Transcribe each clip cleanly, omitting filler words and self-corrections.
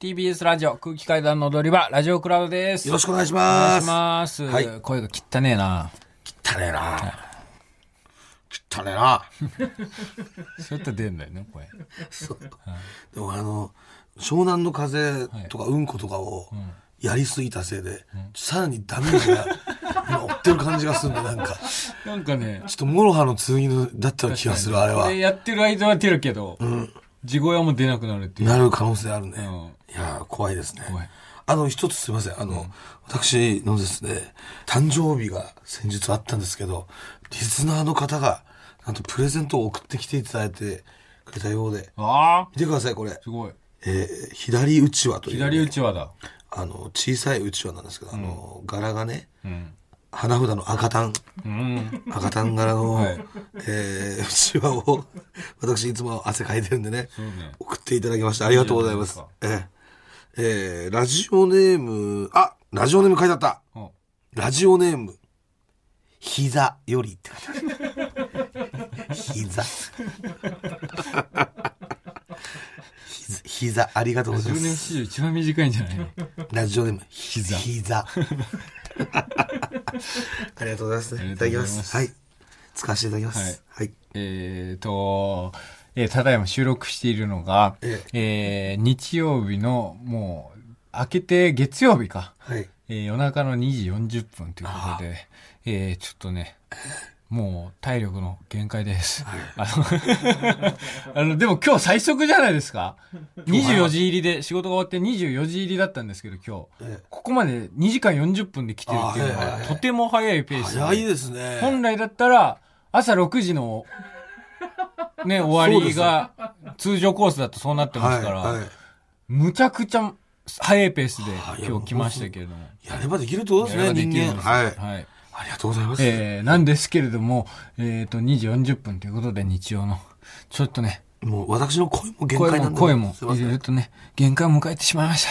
TBS ラジオ空気階段の踊り場ラジオクラウドです。 よろしくお願いします。 お願いします。はい、声が汚ねえな。 汚ねえな。汚ねえな。 そうやって出んだよね、声。 そう。でも湘南の風とかうんことかをやりすぎたせいで、さらにダメージが今負ってる感じがするんだ、なんか。 なんかね。 ちょっとモロハの次だった気がする、あれは。 これやってる間は出るけど、地声も出なくなるっていう。 なる可能性あるね。いやー、怖いですね。一つすいません。私のですね、誕生日が先日あったんですけど、リスナーの方が、なんとプレゼントを送ってきていただいてくれたようで。見てください、これ。 すごい。 左うちわという、 左うちわだ。 小さいうちわなんですけど、柄がね、花札の赤タン柄の、うちわを、私いつも汗かいてるんでね、送っていただきました。ありがとうございます。ラジオネーム書いてあった。ラジオネーム、膝よりって書いてある。膝ありがとうございます。 ラジオネーム史上一番短いんじゃないの？ ラジオネーム膝ありがとうございます。いただきます。はい。使わせていただきます。はい。 ただいま収録しているのが、日曜日のもう明けて月曜日か。はい。夜中の2時40分ということで、ちょっとね、もう体力の限界です。でも今日最速じゃないですか。24時入りで仕事が終わって24時入りだったんですけど今日、ここまで2時間40分で来てるっていうのはとても早いペースで。 早いですね。 本来だったら朝6時のね、終わりが通常コースだとそうなってますから、むちゃくちゃ早いペースで今日来ましたけれども。 やればできるってことですね、人間。はい。ありがとうございます。 なんですけれども、2時40分ということで日曜の、ちょっとね。 もう私の声も限界なんで。 声も入れるとね、限界を迎えてしまいました。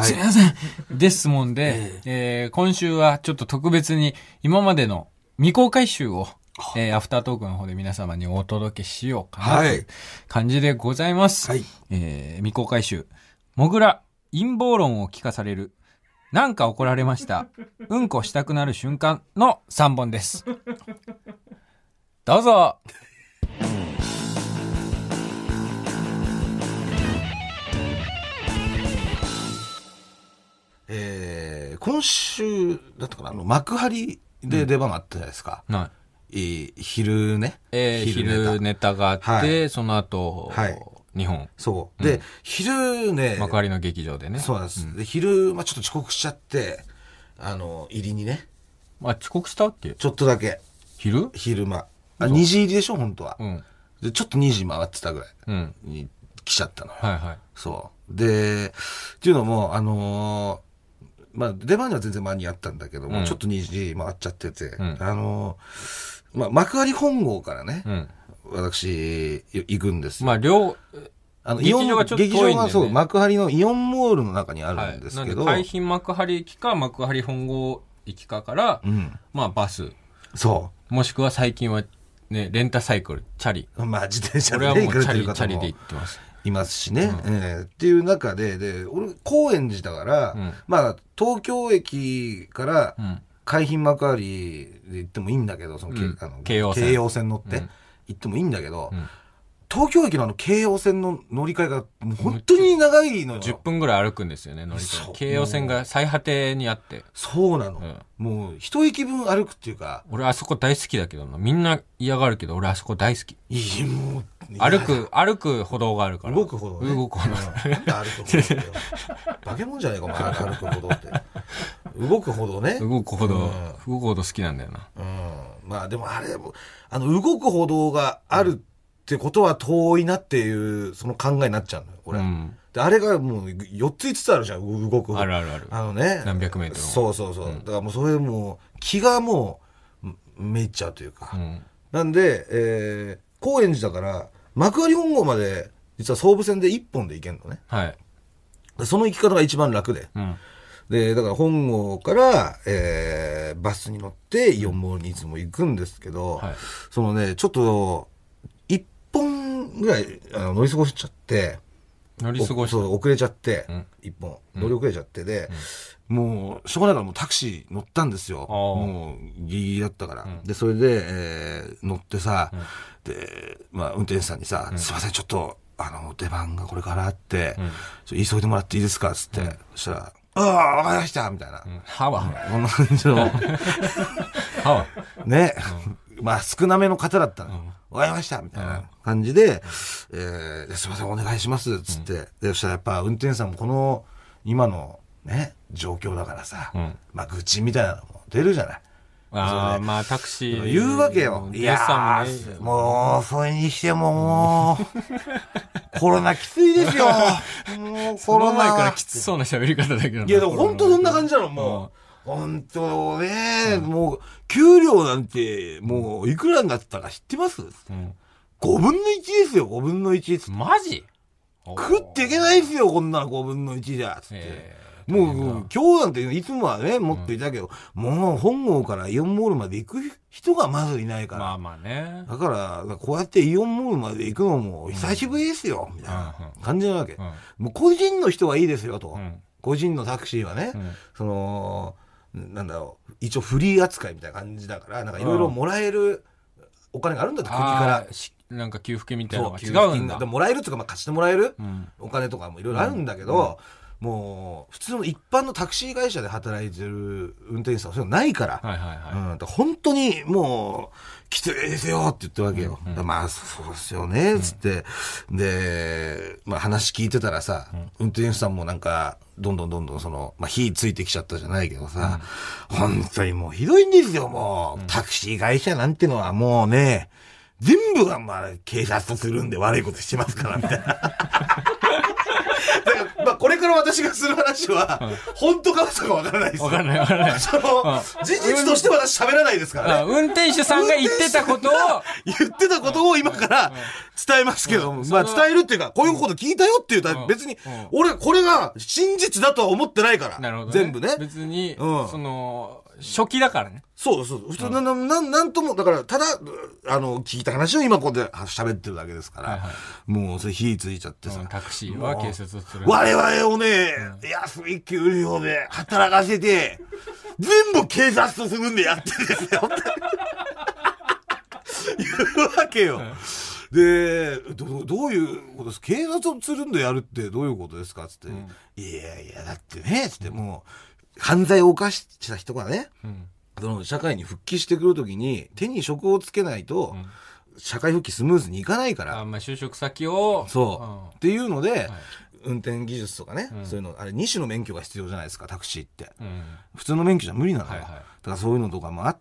すいません。ですもんで、今週はちょっと特別に今までの未公開集を、アフタートークの方で皆様にお届けしようかなという感じでございます。未公開集、もぐら陰謀論を聞かされる。なんか怒られました。うんこしたくなる瞬間の3本です。どうぞ。 今週だったかな、幕張で出番があったじゃないですか。昼ね。 昼ネタがあって、その後、日本。 そう。で、昼ね。 幕張の劇場でね。 そうなんです。で、昼、ちょっと遅刻しちゃって、入りにね。 遅刻したっけ？ ちょっとだけ。 昼 2時入りでしょ、本当は。で、ちょっと2時回ってたぐらいに来ちゃったのよ。そう。で、っていうのも、出番には全然間に合ったんだけども、ちょっと2時回っちゃってて、幕張本郷からね、私、行くんですよ。劇場がちょっと遠いんで、ね、劇場がそう、幕張のイオンモールの中にあるんですけど。 海浜幕張駅か幕張本郷駅かから、バス。 そう。 もしくは最近はね、レンタサイクル、チャリ。 自転車で、 俺はもうチャリで行ってます。 いますしね。っていう中で、俺、高円寺だから、東京駅から、海浜幕張で行ってもいいんだけど、京葉線乗って行ってもいいんだけど、東京駅の京葉線の乗り換えが本当に長いのよ。 10分ぐらい歩くんですよね、乗り換え。京葉線が最果てにあって。 そうなの。もう一駅分歩くっていうか。 俺あそこ大好きだけどな。みんな嫌がるけど、俺あそこ大好き。 もう。 歩く歩道があるから。 動く歩道ね。 動く歩道。 なんで歩く歩道って。化け物じゃねえか、お前、歩く歩道って。動く歩道ね。 動く歩道好きなんだよな。でもあれ、動く歩道があるってことは遠いなっていう、その考えになっちゃうのよ、俺。で、あれがもう4つ5つあるじゃん、動く歩道。 ある。 ね。 何百メートル。 そう。だからもうそれもう、気がもう、めいっちゃうというか。なんで、高円寺だから、幕張本郷まで、実は総武線で1本で行けんのね。その行き方が一番楽で。で、だから本郷から、バスに乗ってイオンモールにいつも行くんですけど、そのね、ちょっと、1本ぐらい乗り過ごしちゃって、 乗り過ごした。 そう、遅れちゃって、一本。乗り遅れちゃってで、もう、しょうがないからもうタクシー乗ったんですよ。もう、ギリギリだったから。で、それで、乗ってさ、で、まあ、運転手さんにさ、すいません、ちょっと、出番がこれからあって、急いでもらっていいですかつって。そしたら、ああ、わかりましたみたいな。 はわ。 こんな感じの。はわ。 ね。まあ、少なめの方だったの。わかりましたみたいな感じで、すいません、お願いしますつって。で、そしたらやっぱ運転手さんもこの、今のね、状況だからさ、まあ、愚痴みたいなのも出るじゃない。 ああ、まあタクシー。 言うわけよ。いやー、もう、それにしてももう、コロナきついですよ。 もうコロナ。前からきつそうな喋り方だけど。 いや、でも本当そんな感じなの、もう。本当ね、もう、給料なんて、もう、いくらになったか知ってます？ 5 分の1ですよ、5分の1。 マジ？ 食っていけないですよ、こんなの5分の1じゃ、つって。もう、今日なんていつもはね、もっといたけど、もう本郷からイオンモールまで行く人がまずいないから。 まあまあね。 だから、こうやってイオンモールまで行くのも久しぶりですよ、みたいな感じなわけ。もう個人の人はいいですよ、と。個人のタクシーはね、なんだろう、一応フリー扱いみたいな感じだから、なんかいろいろもらえるお金があるんだって、国から。 なんか給付金みたいなのが違うんだ。 もらえるっていうか、まあ貸してもらえるお金とかもいろいろあるんだけど、もう、普通の一般のタクシー会社で働いてる運転手さんはそういうのないから、本当にもう、きついですよって言ってるわけよ。まあ、そうですよね、つって。で、まあ話聞いてたらさ、運転手さんもなんか、どんどんまあ火ついてきちゃったじゃないけどさ、本当にもうひどいんですよ、もう。タクシー会社なんてのはもうね、全部がまあ警察とするんで悪いことしてますから、みたいな。だからまあこれから私がする話は、本当か嘘かわからないですよ。 わからない。 事実として私喋らないですからね。 運転手さんが言ってたことを今から伝えますけど、まあ伝えるっていうか、こういうこと聞いたよっていうと別に、俺これが真実だとは思ってないから。 なるほど。 全部ね。 別に、初期だからね。 そう。普通、なんとも、だから、ただ、聞いた話を今ここで喋ってるだけですから、もう、それ火ついちゃってさ。 タクシーは警察をする。 我々をね、安い給料で働かせて、全部警察とするんでやってるんですよ。言うわけよ。で、どういうことですか？警察をするんでやるってどういうことですかつって。いや、だってね、つってもう、犯罪を犯した人がね、その社会に復帰してくるときに手に職をつけないと、社会復帰スムーズにいかないから。 まあ就職先を。 そう。っていうので、運転技術とかね、そういうの、あれ2種の免許が必要じゃないですか、タクシーって。普通の免許じゃ無理なのよ。だからそういうのとかもあって、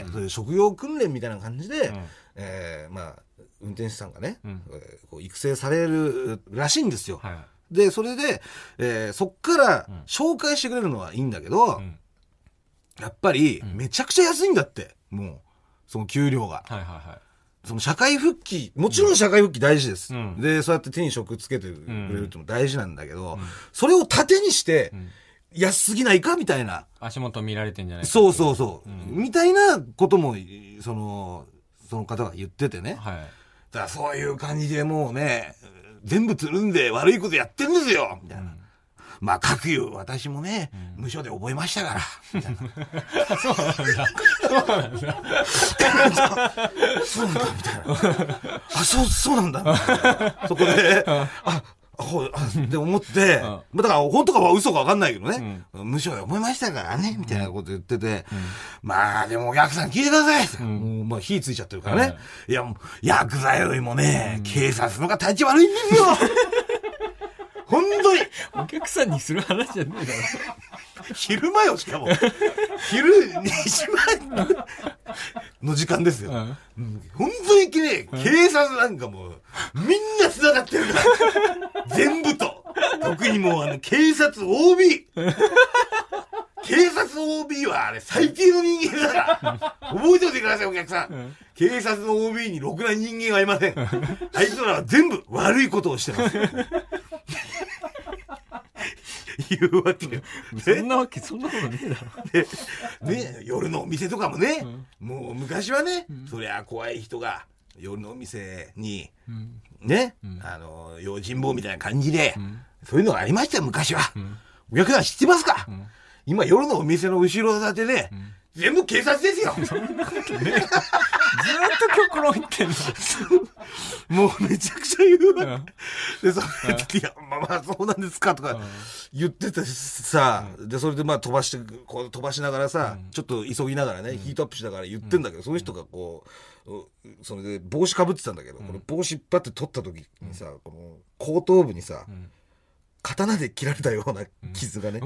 そういう職業訓練みたいな感じで、まあ、運転手さんがね、こう育成されるらしいんですよ。で、それで、そっから紹介してくれるのはいいんだけど、やっぱりめちゃくちゃ安いんだって、もう、その給料が。その社会復帰、もちろん社会復帰大事です。で、そうやって手に職つけてくれるっても大事なんだけど、それを盾にして、安すぎないかみたいな。 足元見られてんじゃないか。 そう。みたいなことも、その方が言っててね。だからそういう感じでもうね、全部つるんで悪いことやってんですよみたいな。まあ、各有私もね、無償で覚えましたから。みたいな。 そうなんだ、みたいな。そうなんだ。そこで、って思って、だから本当かは嘘かわかんないけどね、無償で覚えましたからね、みたいなこと言ってて、まあでもお客さん聞いてください。もう、まあ火ついちゃってるからね。いや、ヤクザよりもね、警察の方が立ち悪いんですよ。本当にお客さんにする話じゃねえだろ。 昼間よ、しかも。昼2時前の時間ですよ。本当にね、警察なんかもう、みんな繋がってるから。全部と。特にもう警察 OB。警察 OB はあれ最低の人間だから。覚えておいてください、お客さん。警察の OB にろくな人間はいません。あいつらは全部悪いことをしてます。言うわけよ。 そんなことねえだろ。ね、夜のお店とかもね、もう昔はね、そりゃ怖い人が夜のお店に、 ね、用心棒みたいな感じで、そういうのがありましたよ、昔は。お客さん知ってますか？今夜のお店の後ろ盾で、全部警察ですよ。 そんなことね。ずーっと極論言ってんの。 もうめちゃくちゃ言うわ。で、それで、いや、まあそうなんですかとか言っててさ、で、それでまあ飛ばしながらさ、ちょっと急ぎながらね、ヒートアップしながら言ってんだけど、その人がこう、それで帽子かぶってたんだけど、この帽子パッて取った時にさ、この後頭部にさ、刀で切られたような傷がね。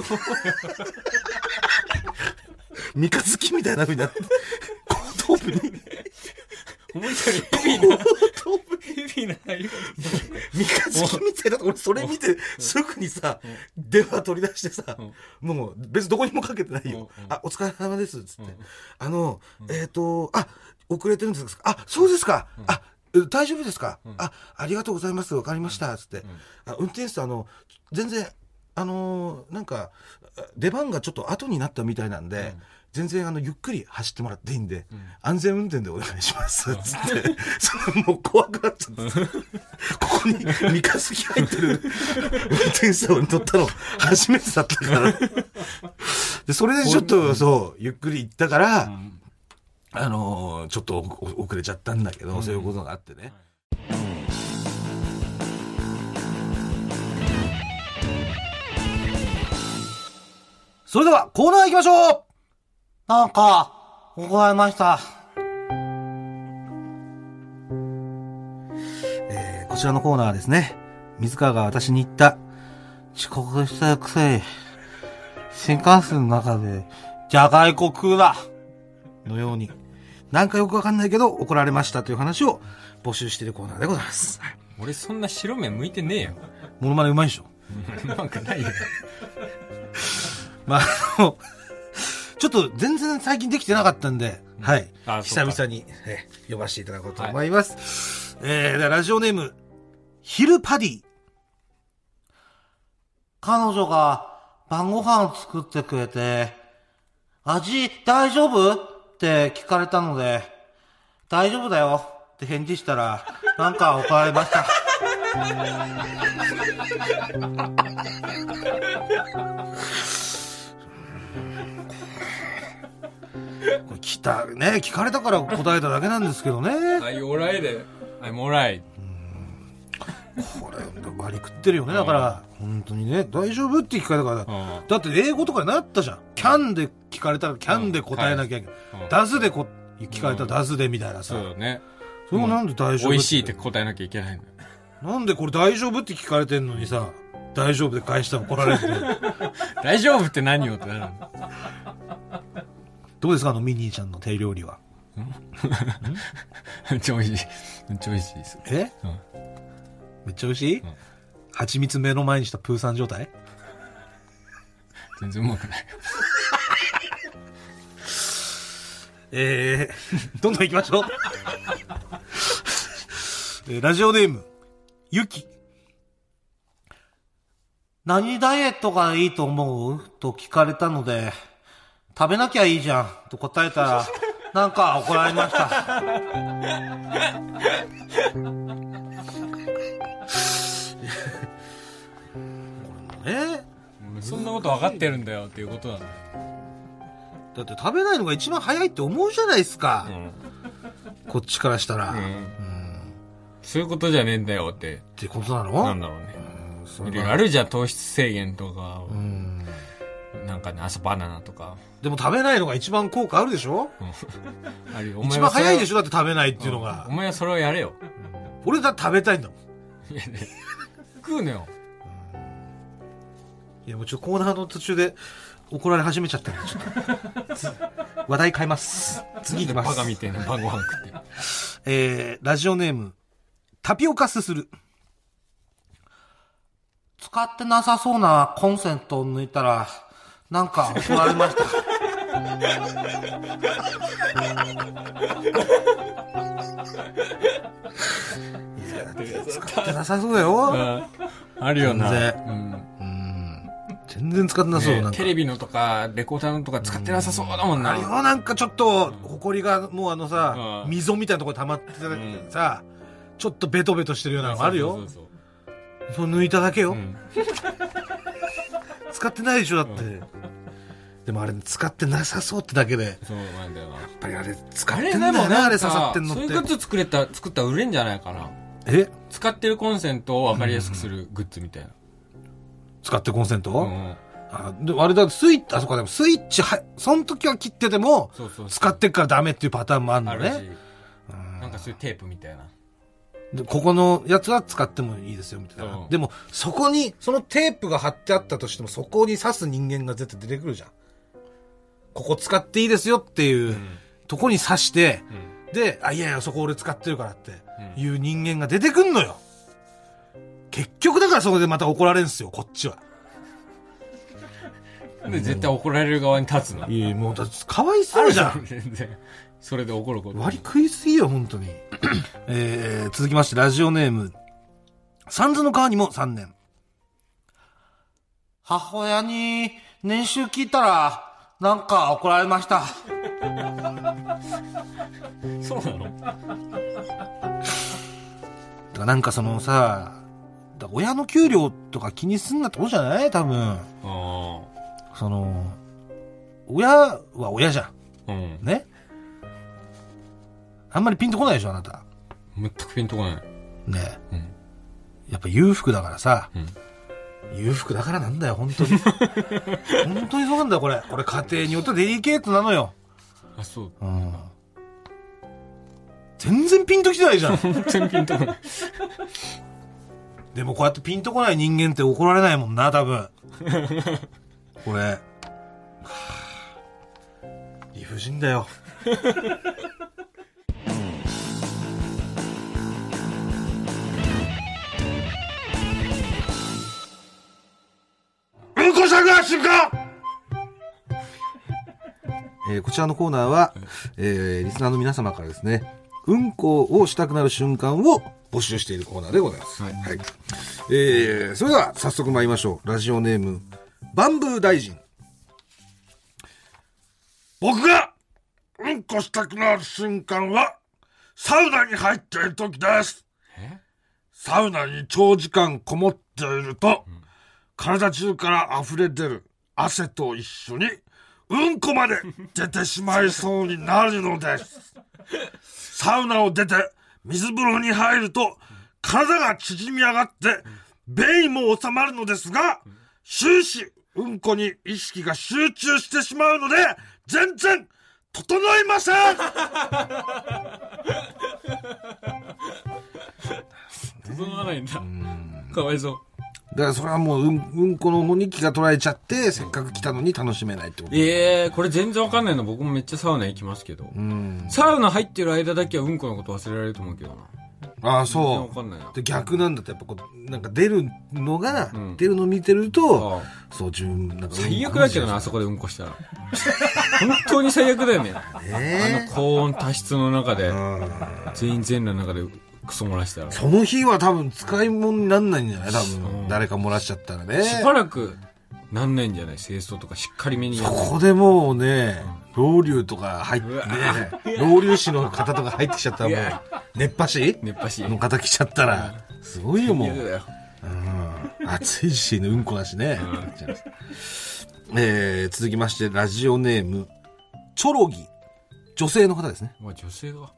三日月みたいな風になって、後頭部に。 思いっきりヘビーな内容。 三日月みたいな、俺それ見て、すぐにさ、電話取り出してさ、もう別にどこにもかけてないよ。あ、お疲れ様です、つって。遅れてるんですか？あ、そうですか。あ、大丈夫ですか？ありがとうございます。わかりました。つって。運転手さん、全然、なんか、出番がちょっと後になったみたいなんで、全然ゆっくり走ってもらっていいんで、安全運転でお願いします。つって、もう怖くなっちゃった。ここに三日月入ってる運転手さんに乗ったの初めてだったから。で、それでちょっと、そう、ゆっくり行ったから、ちょっと遅れちゃったんだけど、そういうことがあってね。それではコーナー行きましょう。なんか怒られました。こちらのコーナーはですね、水川が私に言った遅刻したくせに新幹線の中でじゃがいこ食うなのように、なんかよくわかんないけど怒られましたという話を募集しているコーナーでございます。 俺そんな白目向いてねえよ。 モノマネうまいでしょ。 なんかないよ。 まあ、ちょっと全然最近できてなかったんで、はい。久々に、呼ばせていただこうと思います。ではラジオネーム、ヒルパディ。彼女が晩ご飯を作ってくれて、味大丈夫？って聞かれたので、大丈夫だよって返事したら、なんか怒られました。これ聞かれたから答えただけなんですけどね。 I'm alright. I'm alright. これ割り食ってるよね。だから本当にね、大丈夫って聞かれたから、だって英語とかになったじゃん。キャンで聞かれたらキャンで答えなきゃいけない。ダズで聞かれたらダズでみたいなさ。 そうだね。 それもなんで大丈夫？ 美味しいって答えなきゃいけないの。 なんでこれ大丈夫って聞かれてんのにさ、大丈夫で返したら怒られて。 大丈夫って何よってなるの。 どうですかミニーちゃんの手料理は。 めっちゃ美味しい。めっちゃ美味しいです。 めっちゃ美味しい？蜂蜜目の前にしたプーさん状態？ 全然うまくない。 どんどん行きましょう。ラジオネーム、ゆき。何ダイエットがいいと思う？と聞かれたので、食べなきゃいいじゃんと答えたら、なんか怒られました。 そんなこと分かってるんだよっていうことなんだよ。 だって食べないのが一番早いって思うじゃないですか。こっちからしたら。 そういうことじゃねえんだよって。 ってことなの？ なんだろうね。いろいろあるじゃん、糖質制限とか。なんかね、朝バナナとか。 でも食べないのが一番効果あるでしょ？一番早いでしょ？だって食べないっていうのが。 お前はそれをやれよ。 俺だって食べたいんだもん。 いやね、食うのよ。 いやもうちょっとコーナーの途中で怒られ始めちゃったんで、ちょっと話題変えます。次行きます。 バカみたいな晩ご飯食って。ラジオネームタピオカすする。使ってなさそうなコンセントを抜いたらなんか怒られました。使ってなさそうだよ。 あるよな。 全然使ってなそう、なんかテレビのとかレコーダーのとか使ってなさそうだもんな。 あれよ、なんかちょっと埃がもう溝みたいなところに溜まってさ、 ちょっとベトベトしてるようなのがあるよ。そう抜いただけよ。使ってないでしょ、だって。でもあれ使ってなさそうってだけで。 そうなんだよな。やっぱりあれ使ってんだよな、あれ刺さってんのって。 そういうグッズ作ったら売れんじゃないかな。使ってるコンセントを分かりやすくするグッズみたいな。 使ってるコンセント？でもあれだとスイッチ、そうか、でもスイッチその時は切ってても、使ってっからダメっていうパターンもあるのね。 なんかそういうテープみたいな。 でここのやつは使ってもいいですよみたいな。でもそこにそのテープが貼ってあったとしてもそこに刺す人間が絶対出てくるじゃん。ここ使っていいですよっていうとこに刺して、で、いやいやそこ俺使ってるからっていう人間が出てくんのよ。結局だからそこでまた怒られるんすよ、こっちは。 で絶対怒られる側に立つの。 いやもうだってかわいそうじゃん。 全然。それで怒ること。 割り食いすぎよ、本当に。続きまして、ラジオネーム。三途の川にも3年。母親に年収聞いたら、なんか怒られました。 そうなの？ だからなんかそのさ、親の給料とか気にすんなってことじゃない？多分。その、親は親じゃん。ね？あんまりピンとこないでしょ、あなた。 全くピンとこない。 ねえ。やっぱ裕福だからさ。裕福だからなんだよ、本当に。本当にそうなんだよ、これ。これ家庭によってデリケートなのよ。 あ、そう。 全然ピンときてないじゃん。 全然ピンとこない。 でもこうやってピンとこない人間って怒られないもんな、多分。これ。理不尽だよ。うんこしたくなる瞬間。こちらのコーナーは、リスナーの皆様からですね、うんこをしたくなる瞬間を募集しているコーナーでございます。はい。はい。それでは早速参りましょう。ラジオネーム、バンブー大臣。僕がうんこしたくなる瞬間は、サウナに入っている時です。サウナに長時間こもっていると、体中から溢れ出る汗と一緒にうんこまで出てしまいそうになるのです。サウナを出て水風呂に入ると体が縮み上がって便意も収まるのですが、終始うんこに意識が集中してしまうので全然整いません。 整わないんだ。かわいそう。 だからそれはもううんこの方に気が取られちゃってせっかく来たのに楽しめないってこと。 これ全然わかんないの。僕もめっちゃサウナ行きますけど、サウナ入ってる間だけはうんこのこと忘れられると思うけどな。 ああ、そう。わかんないな。で逆なんだってやっぱこうなんか出るのが、出るの見てると、そう自分なんか最悪だけどな、あそこでうんこしたら。本当に最悪だよね。あの高温多湿の中で全員全裸の中でクソ漏らしたら、 その日は多分使い物になんないんじゃない？多分誰か漏らしちゃったらね。 しばらくなんないんじゃない？清掃とかしっかりめにやる。 そこでもうね、老流とか入ってね、老流師の方とか入ってきちゃったらもう熱波師の方来ちゃったらすごいよもう。暑いしね、うんこだしね。続きましてラジオネームチョロギ、女性の方ですね。 女性が。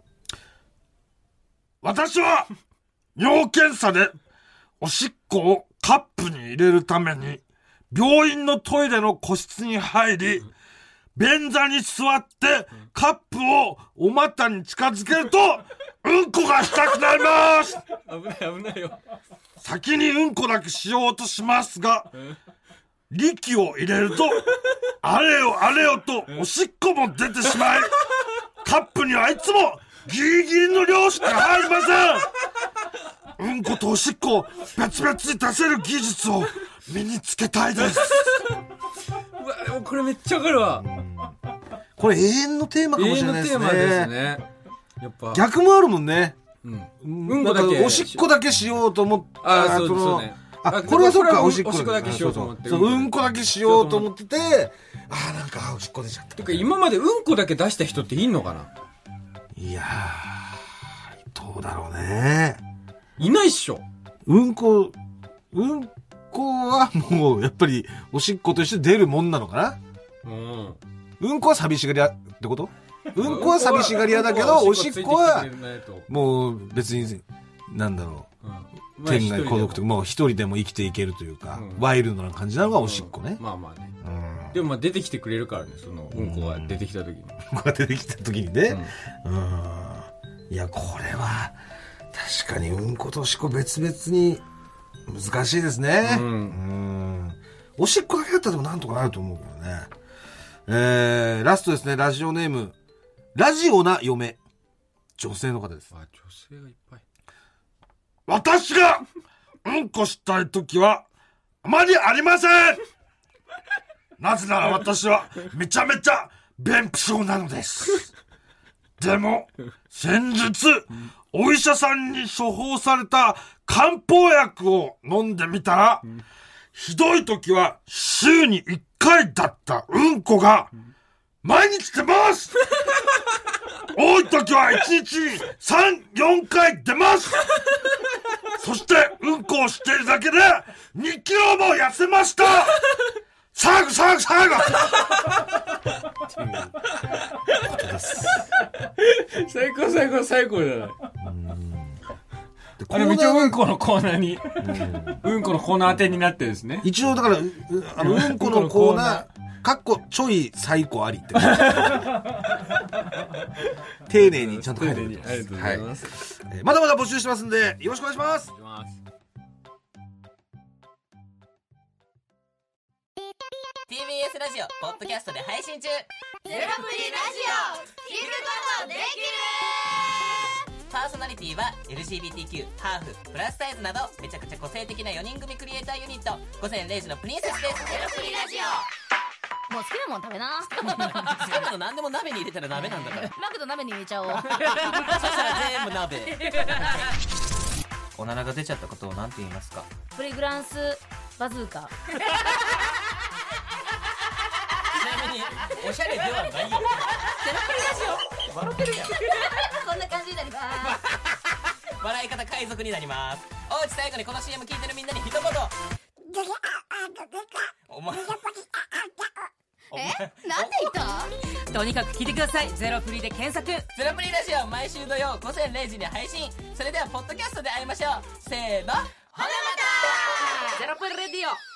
私は尿検査でおしっこをカップに入れるために病院のトイレの個室に入り、便座に座ってカップをお股に近づけるとうんこがしたくなります。 危ないよ。 先にうんこだけしようとしますが、力を入れるとあれよあれよとおしっこも出てしまい、カップにはいつもギリギリの量しか入りません。うんことおしっこを別々に出せる技術を身につけたいです。 うわ、でもこれめっちゃわかるわ。 これ永遠のテーマかもしれないですね。 永遠のテーマですね。やっぱ逆もあるもんね。 うんこだけおしっこだけしようと思って、 そうね。 これはそうか、おしっこだけしようと思って。 うんこだけしようと思ってて、なんかおしっこ出ちゃった。 てか今までうんこだけ出した人っていんのかな。 いやー、どどうだろうね。 いないっしょ。 うんこはもう、やっぱり、おしっことして出るもんなのかな。うんこは寂しがり屋ってこと？うんこは寂しがり屋だけど、おしっこは、もう別に、なんだろう。天涯孤独とか、もう一人でも生きていけるというか、ワイルドな感じなのがおしっこね。 まあまあね。でもまあ出てきてくれるからね、その、うんこが出てきた時に。 うんこが出てきた時にね。いや、これは、確かにうんことおしっこ別々に、難しいですね。おしっこだけだったらでもなんとかなると思うけどね。ラストですね、ラジオネーム、ラジオな嫁。女性の方です。 女性がいっぱい。 私が、うんこしたいときは、あまりありません。なぜなら私は、めちゃめちゃ、便秘症なのです。でも、先日、お医者さんに処方された漢方薬を飲んでみたら、ひどい時は週に1回だったうんこが、毎日出ます。多い時は1日に3、4回出ます。そして、うんこをしているだけで、2キロも痩せました。最後最後最後最高最高最高じゃない。あれ、一応うんこのコーナーに、うんこのコーナー当てになってですね。 一応だから、うんこのコーナー、かっこちょい最高ありって。丁寧にちゃんと書いてる。 ありがとうございます。 まだまだ募集してますんで、よろしくお願いします。 TBS ラジオポッドキャストで配信中。 ゼロプリラジオ聞くことできる。 パーソナリティは LGBTQ、ハーフ、プラスサイズなどめちゃくちゃ個性的な4人組クリエイターユニット午前0時のプリンセスです。 ゼロプリラジオ、もう好きなもん食べな。 好きなの何でも鍋に入れたら鍋なんだから。 マクド鍋に入れちゃおう。 そしたら全部鍋。おならが出ちゃったことを何て言いますか？ プリグランスバズーカ。 ちなみにおしゃれではないよ。ゼロプリラジオ笑ってるやん。 こんな感じになります。 笑い方海賊になります。おうち最後にこの CM 聞いてるみんなに一言。お前なんて言った？とにかく聞いてください。ゼロプリで検索。 ゼロプリラジオ毎週土曜午前0時に配信。それではポッドキャストで会いましょう。せーの、ほなまた。 ゼロプリレディオ。